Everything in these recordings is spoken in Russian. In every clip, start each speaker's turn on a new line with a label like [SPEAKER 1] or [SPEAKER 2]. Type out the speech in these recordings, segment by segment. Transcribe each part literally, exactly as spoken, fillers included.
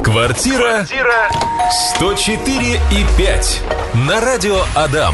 [SPEAKER 1] Квартира сто четыре и пять на радио Адам.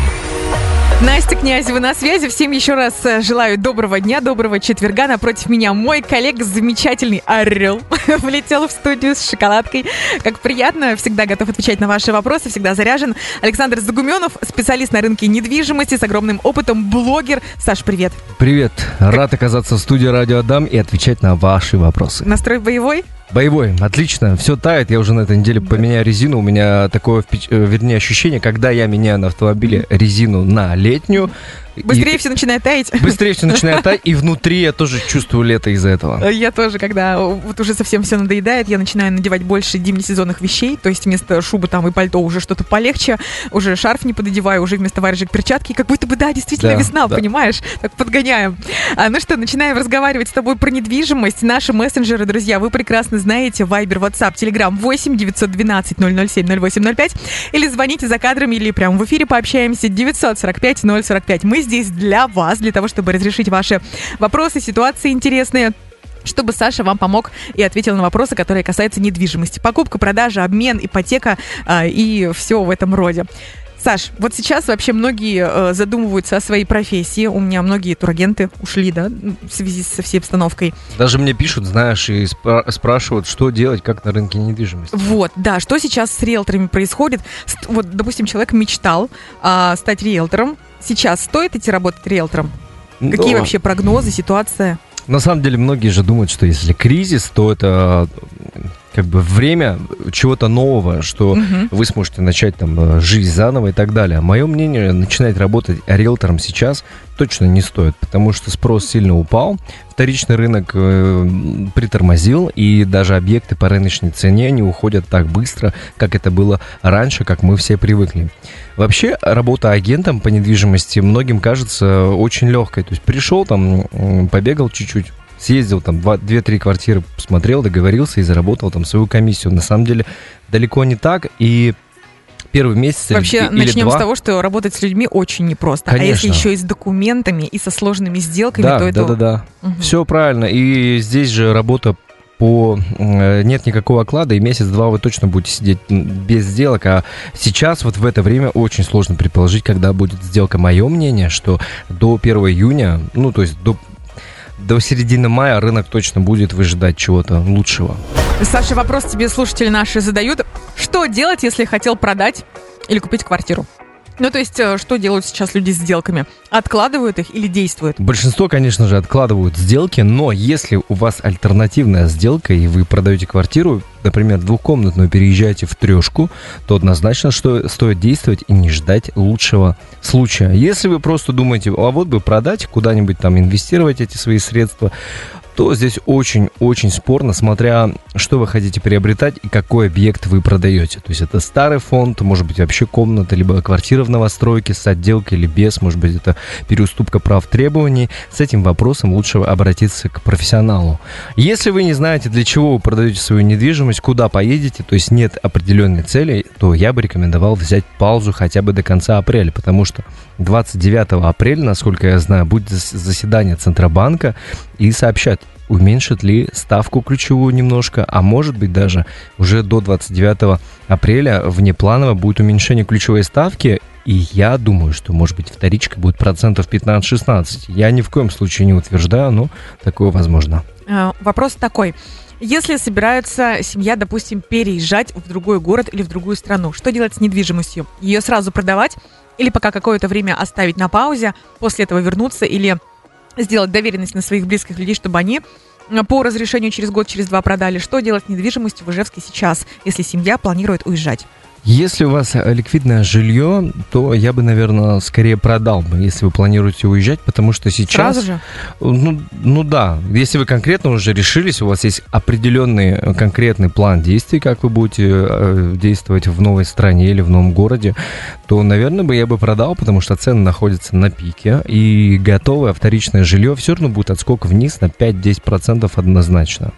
[SPEAKER 2] Настя Князева на связи. Всем еще раз желаю доброго дня, доброго четверга. Напротив меня мой коллега, замечательный Орел, влетел в студию с шоколадкой. Как приятно, всегда готов отвечать на ваши вопросы, всегда заряжен. Александр Загуменов, специалист на рынке недвижимости с огромным опытом, блогер. Саш, привет.
[SPEAKER 3] Привет. Рад оказаться в студии Радио Адам и отвечать на ваши вопросы.
[SPEAKER 2] Настрой боевой?
[SPEAKER 3] Боевой, отлично, все тает, я уже на этой неделе поменяю резину, у меня такое, вернее, ощущение, когда я меняю на автомобиле резину на летнюю.
[SPEAKER 2] Быстрее
[SPEAKER 3] и...
[SPEAKER 2] все начинает таять.
[SPEAKER 3] Быстрее все начинает таять, и внутри я тоже чувствую лето из-за этого.
[SPEAKER 2] Я тоже, когда вот уже совсем все надоедает, я начинаю надевать больше демисезонных вещей, то есть вместо шубы там и пальто уже что-то полегче, уже шарф не пододеваю, уже вместо варежек перчатки, как будто бы, да, действительно да, весна, да. Понимаешь? Так подгоняем. А, ну что, начинаем разговаривать с тобой про недвижимость. Наши мессенджеры, друзья, вы прекрасно знаете, Viber, WhatsApp, Telegram восемь девятьсот двенадцать ноль ноль семь ноль восемь ноль пять, или звоните за кадрами, или прямо в эфире пообщаемся, девятьсот сорок пять ноль сорок пять. Мы здесь для вас, для того, чтобы разрешить ваши вопросы, ситуации интересные, чтобы Саша вам помог и ответил на вопросы, которые касаются недвижимости. Покупка, продажа, обмен, ипотека а, и все в этом роде. Саш, вот сейчас вообще многие э, задумываются о своей профессии. У меня многие турагенты ушли, да, в связи со всей обстановкой.
[SPEAKER 3] Даже мне пишут, знаешь, и спра- спрашивают, что делать, как на рынке недвижимости.
[SPEAKER 2] Вот, да, что сейчас с риэлторами происходит? Вот, допустим, человек мечтал э, стать риэлтором. Сейчас стоит идти работать риэлтором? Но... Какие вообще прогнозы, ситуация?
[SPEAKER 3] На самом деле, многие же думают, что если кризис, то это... как бы время чего-то нового, что uh-huh. вы сможете начать там жизнь заново и так далее. Мое мнение, начинать работать риэлтором сейчас точно не стоит, потому что спрос сильно упал, вторичный рынок э, притормозил, и даже объекты по рыночной цене не уходят так быстро, как это было раньше, как мы все привыкли. Вообще, работа агентом по недвижимости многим кажется очень легкой. То есть пришел там, побегал чуть-чуть, съездил там две-три квартиры, посмотрел, договорился и заработал там свою комиссию. На самом деле далеко не так, и первый месяц
[SPEAKER 2] вообще
[SPEAKER 3] или,
[SPEAKER 2] начнем
[SPEAKER 3] или два...
[SPEAKER 2] с того, что работать с людьми очень непросто.
[SPEAKER 3] Конечно.
[SPEAKER 2] А если еще и с документами, и со сложными сделками,
[SPEAKER 3] да,
[SPEAKER 2] то
[SPEAKER 3] да,
[SPEAKER 2] это...
[SPEAKER 3] Да, да, да,
[SPEAKER 2] угу.
[SPEAKER 3] Все правильно. И здесь же работа по... Нет никакого оклада, и месяц-два вы точно будете сидеть без сделок. А сейчас вот в это время очень сложно предположить, когда будет сделка. Мое мнение, что до первого июня, ну то есть до... До середины мая рынок точно будет выжидать чего-то лучшего.
[SPEAKER 2] Саша, вопрос тебе слушатели наши задают. Что делать, если хотел продать или купить квартиру? Ну, то есть, что делают сейчас люди с сделками? Откладывают их или действуют?
[SPEAKER 3] Большинство, конечно же, откладывают сделки, но если у вас альтернативная сделка, и вы продаете квартиру, например, двухкомнатную, переезжаете в трешку, то однозначно что стоит действовать и не ждать лучшего случая. Если вы просто думаете, а вот бы продать, куда-нибудь там инвестировать эти свои средства, то здесь очень-очень спорно, смотря что вы хотите приобретать и какой объект вы продаете. То есть это старый фонд, может быть вообще комната, либо квартира в новостройке с отделкой или без, может быть это переуступка прав требований. С этим вопросом лучше обратиться к профессионалу. Если вы не знаете, для чего вы продаете свою недвижимость, куда поедете, то есть нет определенной цели, то я бы рекомендовал взять паузу хотя бы до конца апреля, потому что двадцать девятого апреля, насколько я знаю, будет заседание Центробанка и сообщат, уменьшит ли ставку ключевую немножко, а может быть даже уже до двадцать девятого апреля внепланово будет уменьшение ключевой ставки, и я думаю, что может быть вторичка будет процентов пятнадцать-шестнадцать. Я ни в коем случае не утверждаю, но такое возможно.
[SPEAKER 2] Вопрос такой. Если собирается семья, допустим, переезжать в другой город или в другую страну, что делать с недвижимостью? Ее сразу продавать или пока какое-то время оставить на паузе, после этого вернуться или сделать доверенность на своих близких людей, чтобы они по разрешению через год, через два продали? Что делать с недвижимостью в Ижевске сейчас, если семья планирует уезжать?
[SPEAKER 3] Если у вас ликвидное жилье, то я бы, наверное, скорее продал бы, если вы планируете уезжать, потому что сейчас...
[SPEAKER 2] Сразу же?
[SPEAKER 3] Ну, ну да, если вы конкретно уже решились, у вас есть определенный конкретный план действий, как вы будете э, действовать в новой стране или в новом городе, то, наверное, бы я бы продал, потому что цены находятся на пике, и готовое вторичное жилье все равно будет отскок вниз на пять-десять процентов однозначно.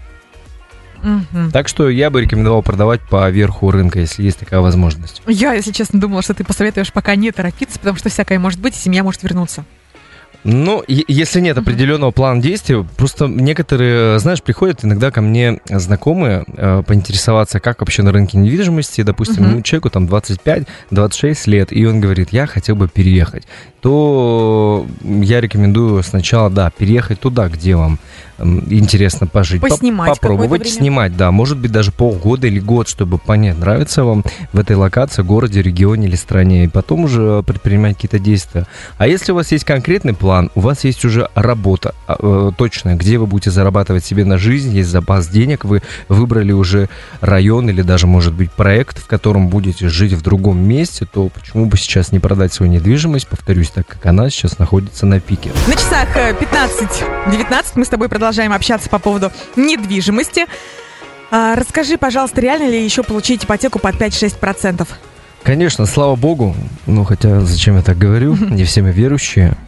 [SPEAKER 2] Угу.
[SPEAKER 3] Так что я бы рекомендовал продавать по верху рынка, если есть такая возможность.
[SPEAKER 2] Я, если честно, думала, что ты посоветуешь пока не торопиться, потому что всякое может быть, и семья может вернуться.
[SPEAKER 3] Ну, если нет определенного плана действия, просто некоторые, знаешь, приходят иногда ко мне знакомые э, поинтересоваться, как вообще на рынке недвижимости, допустим, uh-huh. ну, человеку там двадцать пять двадцать шесть лет, и он говорит, я хотел бы переехать, то я рекомендую сначала, да, переехать туда, где вам интересно пожить,
[SPEAKER 2] поснимать,
[SPEAKER 3] попробовать снимать, да, может быть даже полгода или год, чтобы понять, нравится вам в этой локации, городе, регионе или стране, и потом уже предпринимать какие-то действия. А если у вас есть конкретный план, у вас есть уже работа э, точная, где вы будете зарабатывать себе на жизнь, есть запас денег, вы выбрали уже район или даже, может быть, проект, в котором будете жить в другом месте, то почему бы сейчас не продать свою недвижимость, повторюсь, так как она сейчас находится на пике.
[SPEAKER 2] На часах пятнадцать девятнадцать мы с тобой продолжаем Продолжаем общаться по поводу недвижимости. А, расскажи, пожалуйста, реально ли еще получить ипотеку под пять-шесть процентов?
[SPEAKER 3] Конечно, слава богу. Ну, хотя, зачем я так говорю? Не все мы верующие.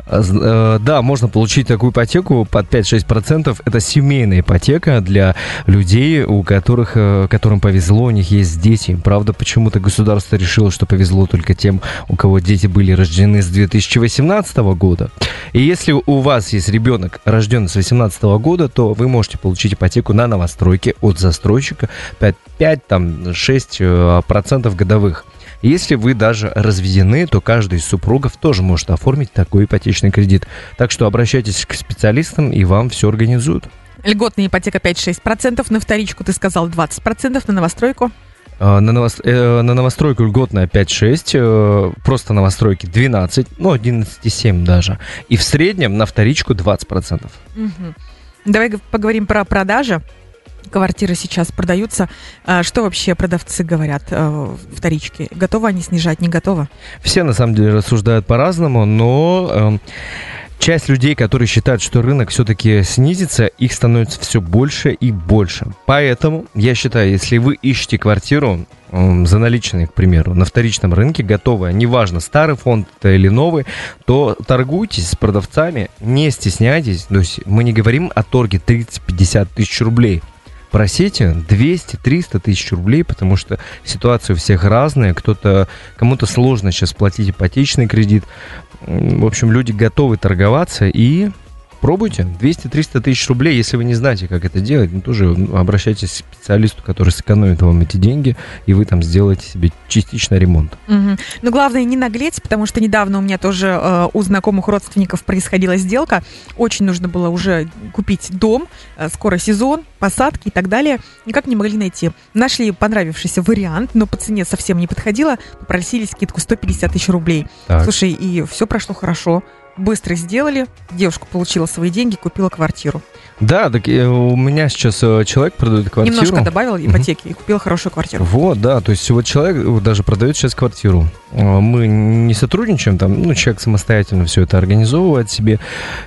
[SPEAKER 3] Да, можно получить такую ипотеку под пять-шесть процентов. Это семейная ипотека для людей, у которых, которым повезло, у них есть дети. Правда, почему-то государство решило, что повезло только тем, у кого дети были рождены с две тысячи восемнадцатого года. И если у вас есть ребенок, рожденный с две тысячи восемнадцатого года, то вы можете получить ипотеку на новостройке от застройщика пять-шесть процентов годовых. Если вы даже разведены, то каждый из супругов тоже может оформить такой ипотечный кредит. Так что обращайтесь к специалистам, и вам все организуют.
[SPEAKER 2] Льготная ипотека пять-шесть процентов, на вторичку ты сказал двадцать процентов, на новостройку?
[SPEAKER 3] На, новос... э, на новостройку льготная пять-шесть, э, просто новостройки двенадцать, ну одиннадцать целых семь даже. И в среднем на вторичку двадцать процентов.
[SPEAKER 2] Угу. Давай поговорим про продажи. Квартиры сейчас продаются. Что вообще продавцы говорят вторички? Готовы они снижать, не готовы?
[SPEAKER 3] Все на самом деле рассуждают по-разному, но э, часть людей, которые считают, что рынок все-таки снизится, их становится все больше и больше. Поэтому я считаю, если вы ищете квартиру э, за наличные, к примеру, на вторичном рынке, готовая, неважно, старый фонд это или новый, то торгуйтесь с продавцами, не стесняйтесь. То есть мы не говорим о торге тридцать-пятьдесят тысяч рублей. Просите двести-триста тысяч рублей, потому что ситуация у всех разная. Кто-то, кому-то сложно сейчас платить ипотечный кредит. В общем, люди готовы торговаться и пробуйте. двести-триста тысяч рублей, если вы не знаете, как это делать, ну, тоже обращайтесь к специалисту, который сэкономит вам эти деньги, и вы там сделаете себе частично ремонт.
[SPEAKER 2] Угу. Но главное не наглеть, потому что недавно у меня тоже э, у знакомых родственников происходила сделка. Очень нужно было уже купить дом, э, скоро сезон, посадки и так далее. Никак не могли найти. Нашли понравившийся вариант, но по цене совсем не подходило. Попросили скидку сто пятьдесят тысяч рублей. Так. Слушай, и все прошло хорошо. Быстро сделали, девушка получила свои деньги, купила квартиру.
[SPEAKER 3] Да, так у меня сейчас человек продает квартиру.
[SPEAKER 2] Немножко добавил ипотеки uh-huh. и купил хорошую квартиру.
[SPEAKER 3] Вот, да, то есть вот человек даже продает сейчас квартиру. Мы не сотрудничаем, там, ну, человек самостоятельно все это организовывает себе,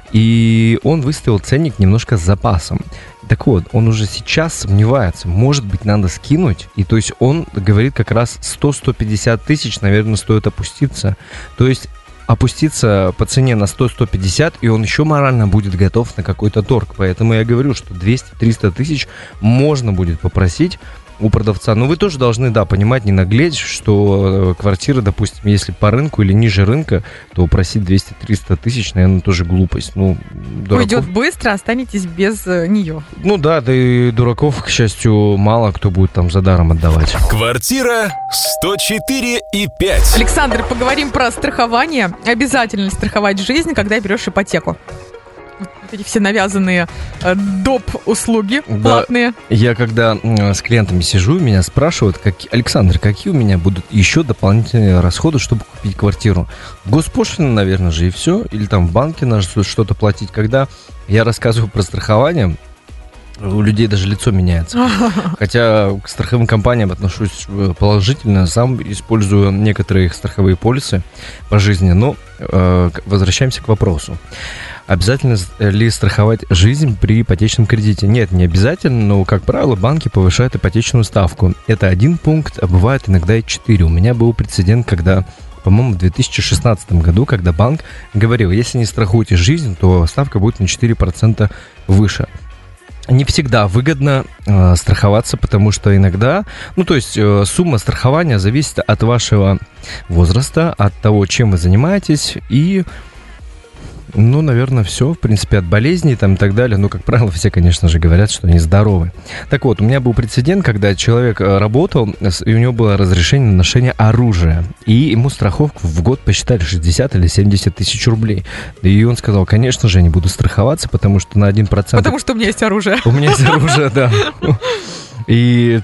[SPEAKER 3] и он выставил ценник немножко с запасом. Так вот, он уже сейчас сомневается, может быть, надо скинуть, и то есть он говорит как раз сто-сто пятьдесят тысяч, наверное, стоит опуститься. То есть опуститься по цене на сто-сто пятьдесят, и он еще морально будет готов на какой-то торг. Поэтому я говорю, что двести-триста тысяч можно будет попросить у продавца. Но вы тоже должны, да, понимать, не наглеть, что квартира, допустим, если по рынку или ниже рынка, то просить двести-триста тысяч, наверное, тоже глупость. Ну,
[SPEAKER 2] дураков... Уйдет быстро, останетесь без нее.
[SPEAKER 3] Ну да, да и дураков, к счастью, мало кто будет там за даром отдавать.
[SPEAKER 1] Квартира сто четыре и пять.
[SPEAKER 2] Александр, поговорим про страхование. Обязательно страховать жизнь, когда берешь ипотеку. Эти все навязанные э, доп-услуги да. платные.
[SPEAKER 3] Я когда э, с клиентами сижу, меня спрашивают, как, Александр, какие у меня будут еще дополнительные расходы, чтобы купить квартиру? Госпошлина, наверное же, и все. Или там в банке надо что-то платить. Когда я рассказываю про страхование, у людей даже лицо меняется. Хотя к страховым компаниям отношусь положительно. Сам использую некоторые их страховые полисы по жизни. Но э, возвращаемся к вопросу. Обязательно ли страховать жизнь при ипотечном кредите? Нет, не обязательно, но, как правило, банки повышают ипотечную ставку. Это один пункт, а бывает иногда и четыре. У меня был прецедент, когда, по-моему, в две тысячи шестнадцатом году, когда банк говорил, если не страхуете жизнь, то ставка будет на четыре процента выше. Не всегда выгодно э, страховаться, потому что иногда, ну то есть э, сумма страхования зависит от вашего возраста, от того, чем вы занимаетесь, и Ну, наверное, все. В принципе, от болезней там и так далее. Ну, как правило, все, конечно же, говорят, что они здоровы. Так вот, у меня был прецедент, когда человек работал, и у него было разрешение на ношение оружия. И ему страховку в год посчитали шестьдесят или семьдесят тысяч рублей. И он сказал, конечно же, я не буду страховаться, потому что на один процент...
[SPEAKER 2] Потому что у меня есть оружие.
[SPEAKER 3] У меня есть оружие, да. И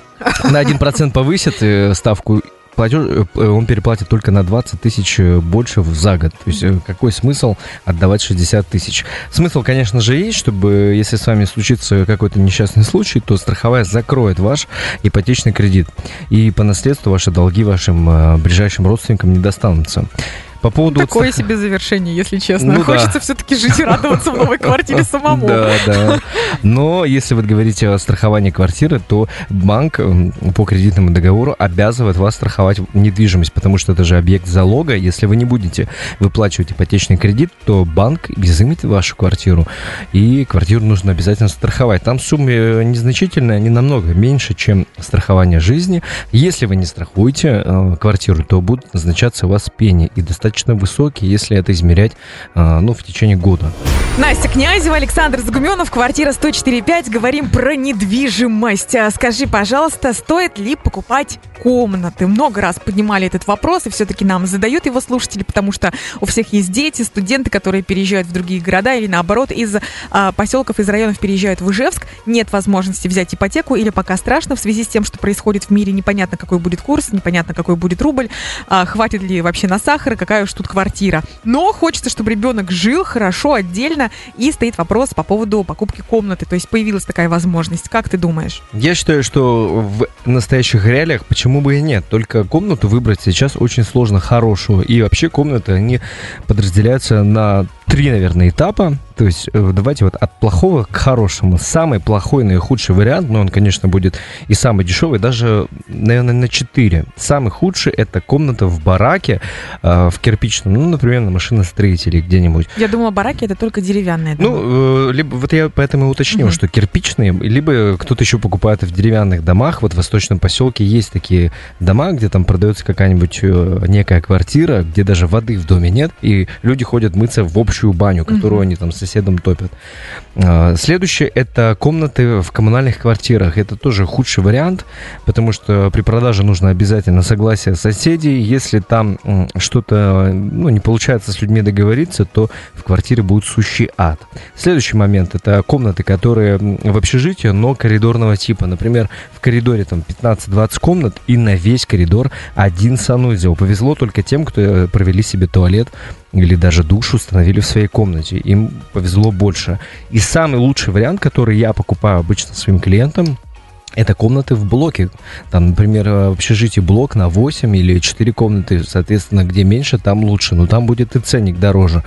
[SPEAKER 3] на один процент повысят ставку, платеж, он переплатит только на двадцать тысяч больше за год. То есть какой смысл отдавать шестьдесят тысяч? Смысл, конечно же, есть, чтобы, если с вами случится какой-то несчастный случай, то страховая закроет ваш ипотечный кредит. И по наследству ваши долги вашим ближайшим родственникам не достанутся. По поводу
[SPEAKER 2] Такое
[SPEAKER 3] страх...
[SPEAKER 2] себе завершение, если честно.
[SPEAKER 3] Ну,
[SPEAKER 2] Хочется
[SPEAKER 3] да.
[SPEAKER 2] все-таки жить и радоваться в новой квартире самому.
[SPEAKER 3] Да, да. Но если вы говорите о страховании квартиры, то банк по кредитному договору обязывает вас страховать недвижимость, потому что это же объект залога. Если вы не будете выплачивать ипотечный кредит, то банк изымет вашу квартиру, и квартиру нужно обязательно страховать. Там суммы незначительные, они намного меньше, чем страхование жизни. Если вы не страхуете э, квартиру, то будут назначаться у вас пени, и достаточно высокие, если это измерять э, ну, в течение года.
[SPEAKER 2] Настя Князева, Александр Загуменов, квартира сто четыре пять. Говорим про недвижимость. Скажи, пожалуйста, стоит ли покупать комнаты? Много раз поднимали этот вопрос, и все-таки нам задают его слушатели, потому что у всех есть дети, студенты, которые переезжают в другие города или наоборот из а, поселков, из районов переезжают в Ижевск. Нет возможности взять ипотеку или пока страшно в связи с тем, что происходит в мире. Непонятно, какой будет курс, непонятно, какой будет рубль, а, хватит ли вообще на сахар, и какая уж тут квартира. Но хочется, чтобы ребенок жил хорошо, отдельно, и стоит вопрос по поводу покупки комнаты. То есть появилась такая возможность. Как ты думаешь?
[SPEAKER 3] Я считаю, что в настоящих реалиях почему бы и нет. Только комнату выбрать сейчас очень сложно хорошую. И вообще комнаты, они подразделяются на три, наверное, этапа. То есть давайте вот от плохого к хорошему. Самый плохой, наихудший вариант, но он, конечно, будет и самый дешевый, даже, наверное, на четыре. Самый худший – это комната в бараке, э, в кирпичном, ну, например, на машиностроителе где-нибудь.
[SPEAKER 2] Я думала, бараки – это только деревянные дома.
[SPEAKER 3] Ну, э, либо, вот я поэтому и уточнил, угу. что кирпичные, либо кто-то еще покупает в деревянных домах. Вот в Восточном поселке есть такие дома, где там продается какая-нибудь э, некая квартира, где даже воды в доме нет, и люди ходят мыться в общую баню, которую угу. они там с соседом топят. Следующее – это комнаты в коммунальных квартирах. Это тоже худший вариант, потому что при продаже нужно обязательно согласие соседей. Если там что-то ну, не получается с людьми договориться, то в квартире будет сущий ад. Следующий момент – это комнаты, которые в общежитии, но коридорного типа. Например, в коридоре там пятнадцать-двадцать комнат, и на весь коридор один санузел. Повезло только тем, кто провели себе туалет или даже душ установили в своей комнате. Им повезло больше. И самый лучший вариант, который я покупаю обычно своим клиентам, это комнаты в блоке. Там, например, в общежитии блок на восемь или четыре комнаты, соответственно, где меньше, там лучше. Но там будет и ценник дороже.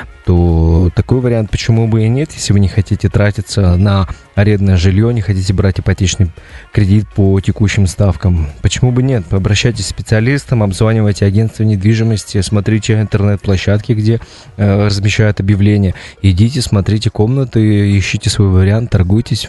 [SPEAKER 3] То такой вариант почему бы и нет, если вы не хотите тратиться на арендное жилье, не хотите брать ипотечный кредит по текущим ставкам. Почему бы нет? Обращайтесь к специалистам, обзванивайте агентство недвижимости, смотрите интернет-площадки, где э, размещают объявления. Идите, смотрите комнаты, ищите свой вариант, торгуйтесь.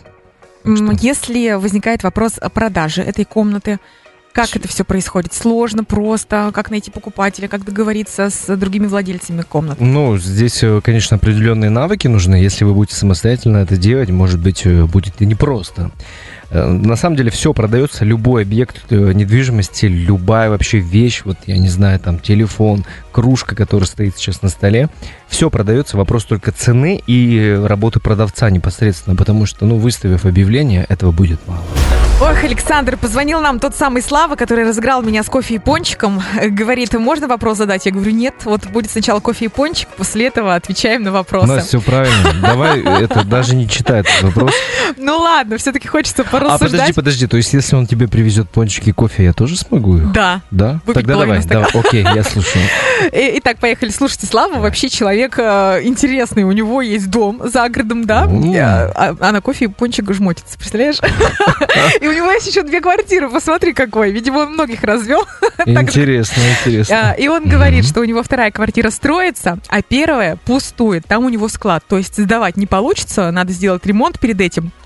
[SPEAKER 2] Если возникает вопрос о продаже этой комнаты, как это все происходит? Сложно, просто? Как найти покупателя? Как договориться с другими владельцами комнат?
[SPEAKER 3] Ну, здесь, конечно, определенные навыки нужны. Если вы будете самостоятельно это делать, может быть, будет и непросто. На самом деле все продается, любой объект недвижимости, любая вообще вещь, вот я не знаю, там телефон, кружка, которая стоит сейчас на столе, все продается, вопрос только цены и работы продавца непосредственно, потому что, ну, выставив объявление, этого будет мало.
[SPEAKER 2] Ох, Александр, позвонил нам тот самый Слава, который разыграл меня с кофе и пончиком. Говорит, можно вопрос задать? Я говорю, нет, вот будет сначала кофе и пончик, после этого отвечаем на вопросы.
[SPEAKER 3] У нас все правильно. Давай, это даже не читай этот вопрос.
[SPEAKER 2] Ну ладно, все-таки хочется порассуждать.
[SPEAKER 3] А подожди, подожди, то есть если он тебе привезет пончики и кофе, я тоже смогу их?
[SPEAKER 2] Да.
[SPEAKER 3] Да? Тогда давай, давай, окей, я слушаю.
[SPEAKER 2] Итак, поехали. Слушайте, Слава вообще человек интересный, у него есть дом за городом, да, а на кофе и пончик жмотится, представляешь? И у него есть еще две квартиры, посмотри какой. Видимо, он многих развел.
[SPEAKER 3] Интересно, интересно.
[SPEAKER 2] И он говорит, что у него вторая квартира строится, а первая пустует. Там у него склад. То есть сдавать не получится, надо сделать ремонт перед этим.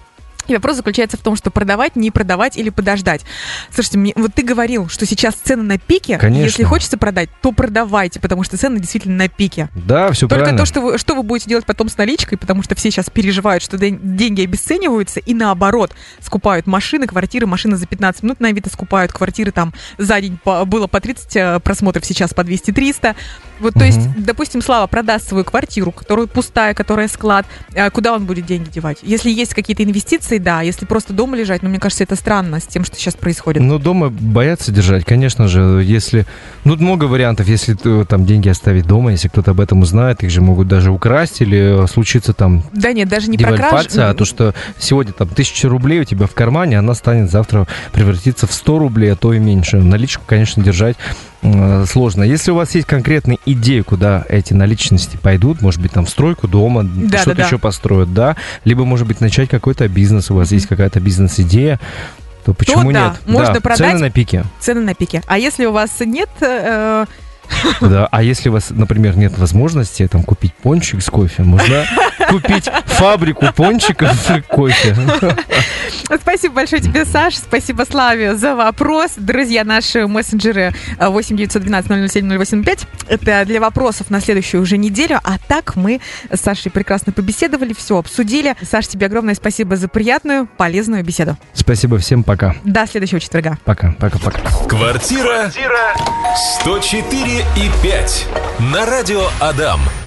[SPEAKER 2] И вопрос заключается в том, что продавать, не продавать или подождать. Слушайте, мне, вот ты говорил, что сейчас цены на пике.
[SPEAKER 3] Конечно.
[SPEAKER 2] Если хочется продать, то продавайте, потому что цены действительно на пике.
[SPEAKER 3] Да, все
[SPEAKER 2] Только
[SPEAKER 3] правильно.
[SPEAKER 2] то, что вы, что вы будете делать потом с наличкой, потому что все сейчас переживают, что деньги обесцениваются, и наоборот, скупают машины, квартиры, машины за пятнадцать минут на Авито скупают, квартиры там за день по, было по тридцать просмотров, сейчас по двести-триста. Вот, то
[SPEAKER 3] Мгм.
[SPEAKER 2] есть, допустим, Слава продаст свою квартиру, которая пустая, которая склад, а куда он будет деньги девать? Если есть какие-то инвестиции, да, если просто дома лежать, ну, мне кажется, это странно с тем, что сейчас происходит.
[SPEAKER 3] Ну, дома боятся держать, конечно же, если... Ну, много вариантов, если ты, там деньги оставить дома, если кто-то об этом узнает, их же могут даже украсть или случится там
[SPEAKER 2] Да нет, даже не про кражу.
[SPEAKER 3] девальвация, а то, что сегодня там тысяча рублей у тебя в кармане, она станет завтра превратиться в сто рублей, а то и меньше. Наличку, конечно, держать э, сложно. Если у вас есть конкретная идея, куда эти наличности пойдут, может быть, там в стройку дома,
[SPEAKER 2] Да,
[SPEAKER 3] что-то
[SPEAKER 2] да, да.
[SPEAKER 3] еще построят, да, либо, может быть, начать какой-то бизнес, у вас есть какая-то бизнес-идея, то почему
[SPEAKER 2] да,
[SPEAKER 3] нет?
[SPEAKER 2] можно
[SPEAKER 3] Да,
[SPEAKER 2] продать.
[SPEAKER 3] цены на пике.
[SPEAKER 2] Цены на пике. А если у вас нет... э,
[SPEAKER 3] Да, а если у вас, например, нет возможности там купить пончик с кофе, можно купить фабрику пончиков и кофе.
[SPEAKER 2] Спасибо большое тебе, Саш. Спасибо Славе за вопрос. Друзья, наши мессенджеры восемь девятьсот двенадцать ноль ноль семь ноль восемь пять. Это для вопросов на следующую уже неделю. А так мы с Сашей прекрасно побеседовали, все обсудили. Саш, тебе огромное спасибо за приятную, полезную беседу.
[SPEAKER 3] Спасибо всем, пока.
[SPEAKER 2] До следующего четверга.
[SPEAKER 3] Пока, пока, пока.
[SPEAKER 1] Квартира сто четыре и пять на радио Адам.